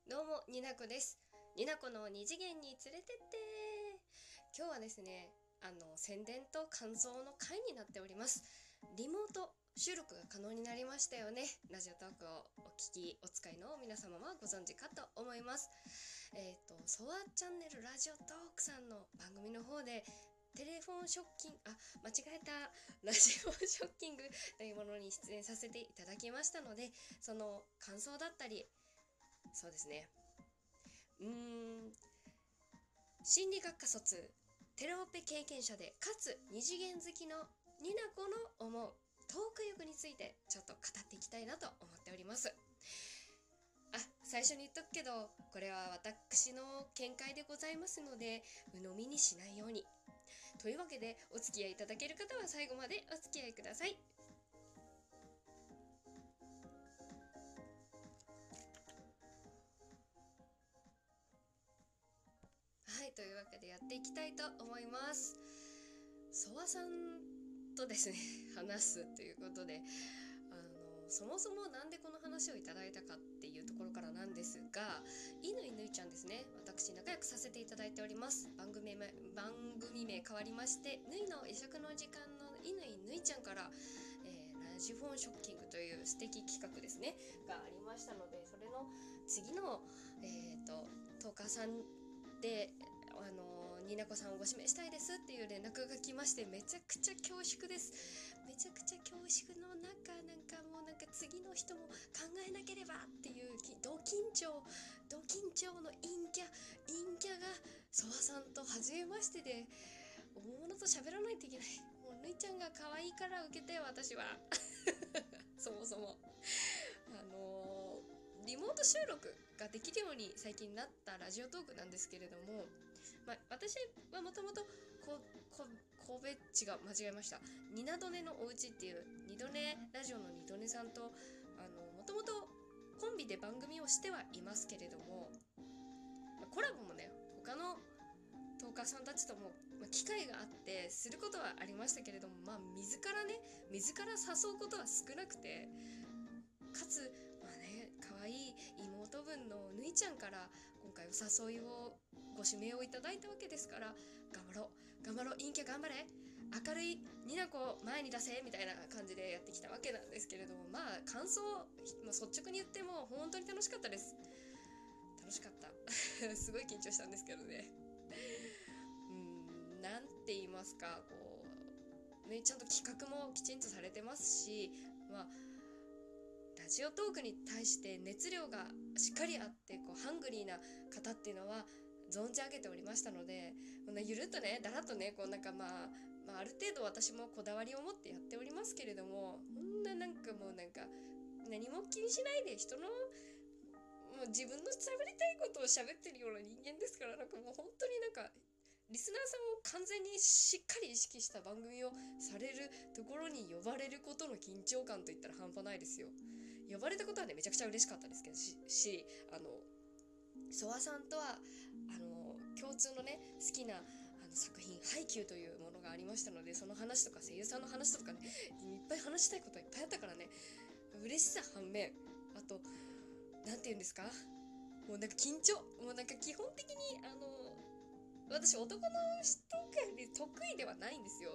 どうも、になこです。になこの二次元に連れてって。今日はですね、宣伝と感想の回になっております。リモート収録が可能になりましたよね。ラジオトークをお聞き、お使いの皆様はご存知かと思います。ソワチャンネルラジオトークさんの番組の方で、テレフォンショッキング、間違えた、ラジオショッキングというものに出演させていただきましたので、その感想だったり、そうですね、心理学科卒テロオペ経験者でかつ二次元好きのニナコの思うトーク欲についてちょっと語っていきたいなと思っております。最初に言っとくけど、これは私の見解でございますので鵜呑みにしないように。というわけで、お付き合いいただける方は最後までお付き合いください。はい、というわけでやっていきたいと思います。ソワさんとですね話すということで、そもそもなんでこの話をいただいたかっていうところからなんですが、乾ぬいちゃんですね、私仲良くさせていただいております。番組名変わりまして、ぬいの会食の時間の乾ぬいちゃんから、ラジフォンショッキングという素敵企画ですねがありましたので、それの次のトーカーさんでになこさんをご指名したいですっていう連絡が来まして、めちゃくちゃ恐縮です。めちゃくちゃ恐縮の中、もう次の人も考えなければっていうド緊張の陰キャがソワさんと初めましてで、大物と喋らないといけない。もうぬいちゃんが可愛いから受けて、私はそもそもリモート収録ができるように最近なったラジオトークなんですけれども、私はもともと神戸、間違えました、ニナドネのおうちっていう二度寝ラジオの二度寝さんともともとコンビで番組をしてはいますけれども、コラボもね他のトーカーさんたちとも、機会があってすることはありましたけれども、自ら誘うことは少なくて、かつ可愛い妹分のぬいちゃんから今回お誘いをご指名をいただいたわけですから、頑張ろう陰キャ頑張れ、明るいになこ前に出せみたいな感じでやってきたわけなんですけれども、感想も率直に言っても本当に楽しかったです。楽しかったすごい緊張したんですけどね。なんて言いますか、ちゃんと企画もきちんとされてますし、ラジオトークに対して熱量がしっかりあって、ハングリーな方っていうのは存じ上げておりましたので、ゆるっとねだらっとねある程度私もこだわりを持ってやっておりますけれども、こんな何も気にしないで人のもう自分の喋りたいことを喋ってるような人間ですから、もう本当にリスナーさんを完全にしっかり意識した番組をされるところに呼ばれることの緊張感といったら半端ないですよ。呼ばれたことはねめちゃくちゃ嬉しかったですけどし、ソワさんとは共通のね好きな作品ハイキューというものがありましたので、その話とか声優さんの話とかね、いっぱい話したいこといっぱいあったからね、嬉しさ反面、あとなんて言うんですか、もう緊張、もう基本的に私男の人が得意ではないんですよ。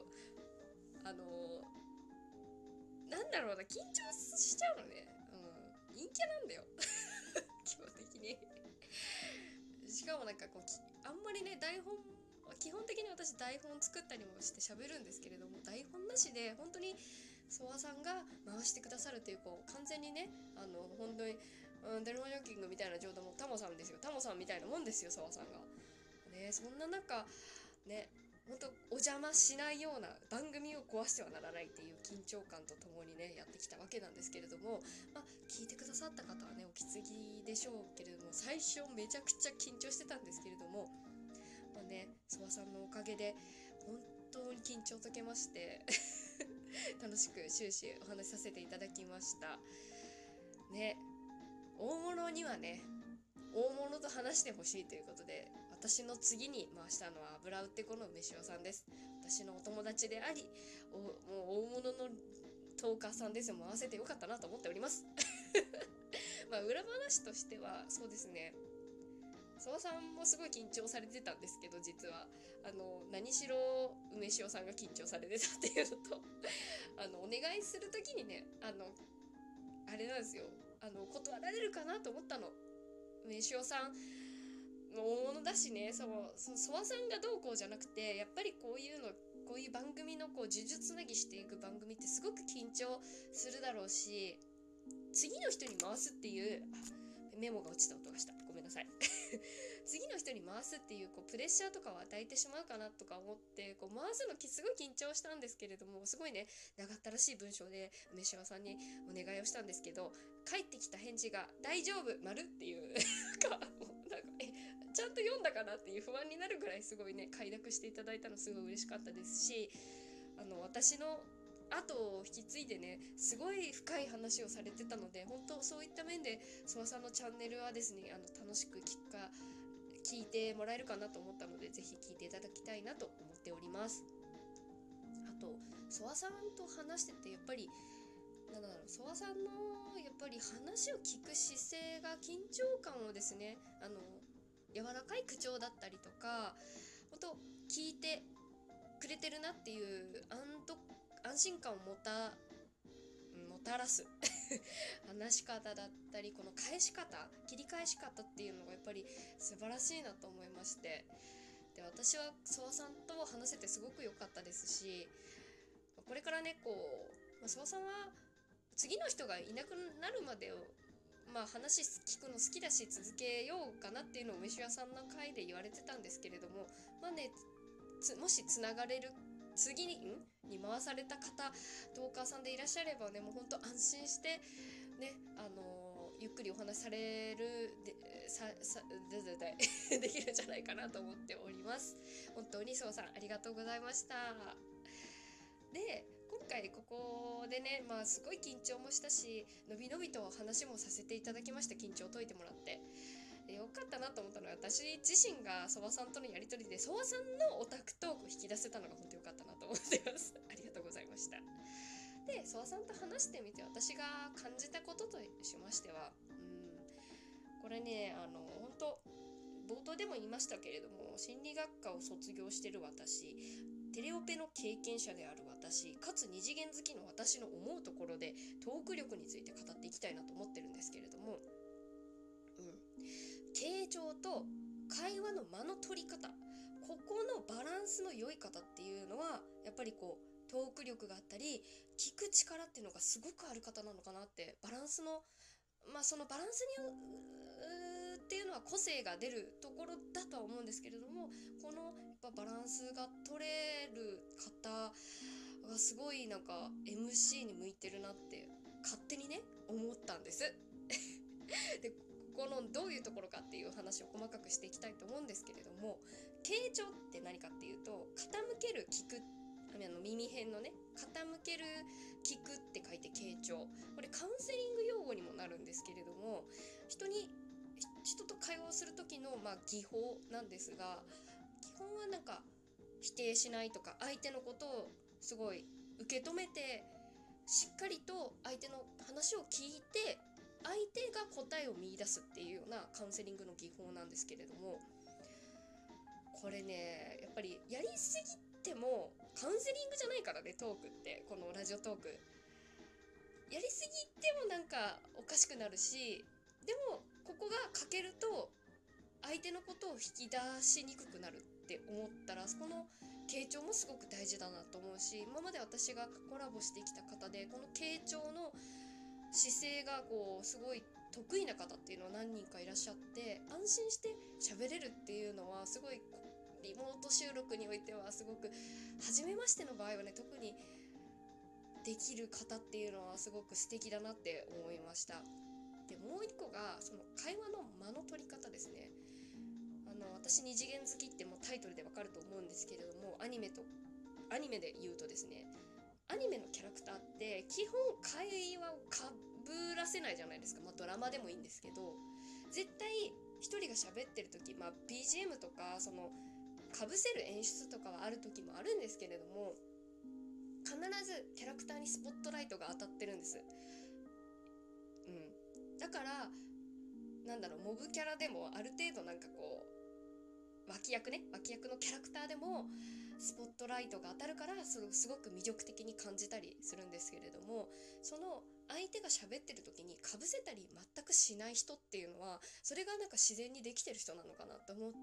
なんだろうな、緊張しちゃうのね。陰キャなんだよ基本的にしかもあんまりね基本的に私台本作ったりもして喋るんですけれども、台本なしで本当にソワさんが回してくださるという、完全にね本当に、デルマジョッキングみたいな状態もタモさんですよ。タモさんみたいなもんですよ、ソワさんがね。そんな中ね、本当お邪魔しないような番組を壊してはならないっていう緊張感とともにねやってきたわけなんですけれども、聞いてくださった方はねお気づきでしょうけれども、最初めちゃくちゃ緊張してたんですけれども、ソワさんのおかげで本当に緊張解けまして楽しく終始お話しさせていただきましたね。大物にはね大物と話してほしいということで、私の次に回したのは油売ってこの梅塩さんです。私のお友達であり、もう大物のトーカーさんですよ。回せてよかったなと思っておりますまあ裏話としてはそうですね、諏訪さんもすごい緊張されてたんですけど、実は何しろ梅塩さんが緊張されてたっていうのとお願いする時にね、あれなんですよ、断られるかなと思ったの。梅塩さんの大物だしね、その諏訪さんがどうこうじゃなくて、やっぱりこういう番組の呪術つなぎしていく番組ってすごく緊張するだろうし、次の人に回すっていうメモが落ちた音がした、ごめんなさい次の人に回すっていうプレッシャーとかを与えてしまうかなとか思って回すのすごい緊張したんですけれども、すごいね長ったらしい文章で梅島さんにお願いをしたんですけど、返ってきた返事が大丈夫丸っていうなんかちゃんと読んだかなっていう不安になるぐらいすごいね快諾していただいたのすごい嬉しかったですし、私の後を引き継いでねすごい深い話をされてたので、本当そういった面で諏訪さんのチャンネルはですね楽しく聞いてもらえるかなと思ったので、ぜひ聞いていただきたいなと思っております。あと諏訪さんと話しててやっぱり諏訪さんのやっぱり話を聞く姿勢が緊張感をですね柔らかい口調だったりとか、本当聞いてくれてるなっていう安心感をもたらす話し方だったり、この切り返し方っていうのがやっぱり素晴らしいなと思いまして、で私は諏訪さんと話せてすごく良かったですし、これからね諏訪さんは次の人がいなくなるまでを話聞くの好きだし続けようかなっていうのを梅塩さんの回で言われてたんですけれども、もしつながれる次に回された方トーカーさんでいらっしゃればね、もう本当安心してねゆっくりお話しされるできるんじゃないかなと思っております。本当にそうさんありがとうございました。で今回ここでねすごい緊張もしたし、のびのびと話もさせていただきました。緊張を解いてもらってよかったなと思ったのは、私自身が曽我さんとのやり取りで曽我さんのオタクトークを引き出せたのが本当よかったなと思っていますありがとうございました。で曽我さんと話してみて私が感じたこととしましては、これね本当冒頭でも言いましたけれども、心理学科を卒業してる私、テレオペの経験者である私、かつ二次元好きの私の思うところでトーク力について語っていきたいなと思ってるんですけれども、形状と会話の間の取り方、ここのバランスの良い方っていうのはやっぱりトーク力があったり聞く力っていうのがすごくある方なのかなって、バランスのそのバランスにっていうのは個性が出るところだとは思うんですけれども、このやっぱバランスが取れる方がすごいMC に向いてるなって勝手にね思ったんですでこのどういうところかっていう話を細かくしていきたいと思うんですけれども、傾聴って何かっていうと、傾ける聞く、耳辺のね傾ける聞くって書いて傾聴。これカウンセリング用語にもなるんですけれども、人と会話をする時の技法なんですが、基本は否定しないとか、相手のことをすごい受け止めてしっかりと相手の話を聞いて相手が答えを見出すっていうようなカウンセリングの技法なんですけれども、これねやっぱりやりすぎてもカウンセリングじゃないからね、トークって。このラジオトークやりすぎてもおかしくなるし、でもここが欠けると相手のことを引き出しにくくなるって思ったら、この傾聴もすごく大事だなと思うし、今まで私がコラボしてきた方でこの傾聴の姿勢がすごい得意な方っていうのは何人かいらっしゃって、安心して喋れるっていうのはすごいリモート収録においてはすごく初めましての場合はね特にできる方っていうのはすごく素敵だなって思いました。でもう一個がその会話の間の取り方ですね。私二次元好きってもうタイトルでわかると思うんですけれども、アニメで言うとですね、アニメのキャラクターって基本会話をかぶらせないじゃないですか。ドラマでもいいんですけど、絶対一人が喋ってる時、BGM とかそのかぶせる演出とかはある時もあるんですけれども、必ずキャラクターにスポットライトが当たってるんです。 だからなんだろう、モブキャラでもある程度なんかこう脇役のキャラクターでもスポットライトが当たるからすごく魅力的に感じたりするんですけれども、その相手が喋ってる時にかぶせたり全くしない人っていうのは、それがなんか自然にできてる人なのかなと思って、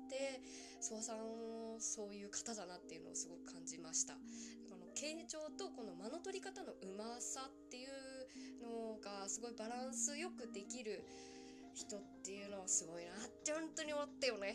諏訪さんそういう方だなっていうのをすごく感じました。この傾聴とこの間の取り方のうまさっていうのがすごいバランスよくできる人っていうのはすごいなって本当に思ったよね。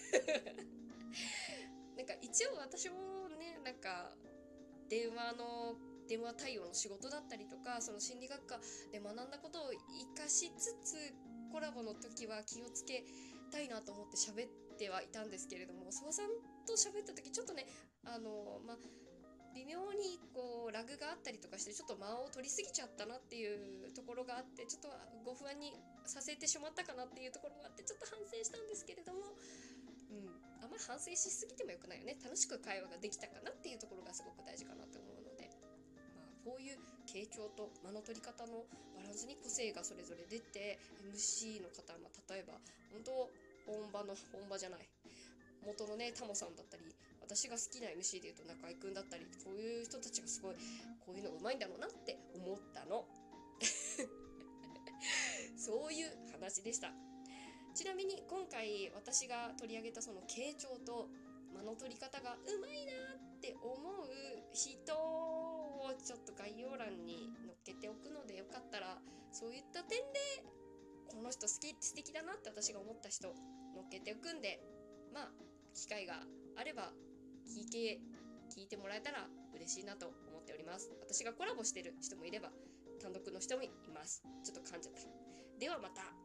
なんか一応私もね、なんか電話対応の仕事だったりとか、その心理学科で学んだことを活かしつつ、コラボの時は気をつけたいなと思って喋ってはいたんですけれども、諏訪さんと喋った時ちょっとね、微妙にこうラグがあったりとかして、ちょっと間を取りすぎちゃったなっていうところがあって、ちょっとご不安にさせてしまったかなっていうところがあって、ちょっと反省したんですけれども、あんまり反省しすぎてもよくないよね。楽しく会話ができたかなっていうところがすごく大事かなと思うので、こういう傾聴と間の取り方のバランスに個性がそれぞれ出て、 MC の方、例えば本当本場じゃない元のねタモさんだったり、私が好きな MC でいうと中居くんだったり、こういう人たちがすごいこういうのうまいんだろうなって思ったの。そういう話でした。ちなみに今回私が取り上げたその傾聴と間の取り方がうまいなって思う人をちょっと概要欄に載っけておくので、よかったらそういった点でこの人素敵だなって私が思った人載っけておくんで、機会があれば聞いてもらえたら嬉しいなと思っております。私がコラボしてる人もいれば単独の人もいます。ちょっと噛んじゃった。ではまた。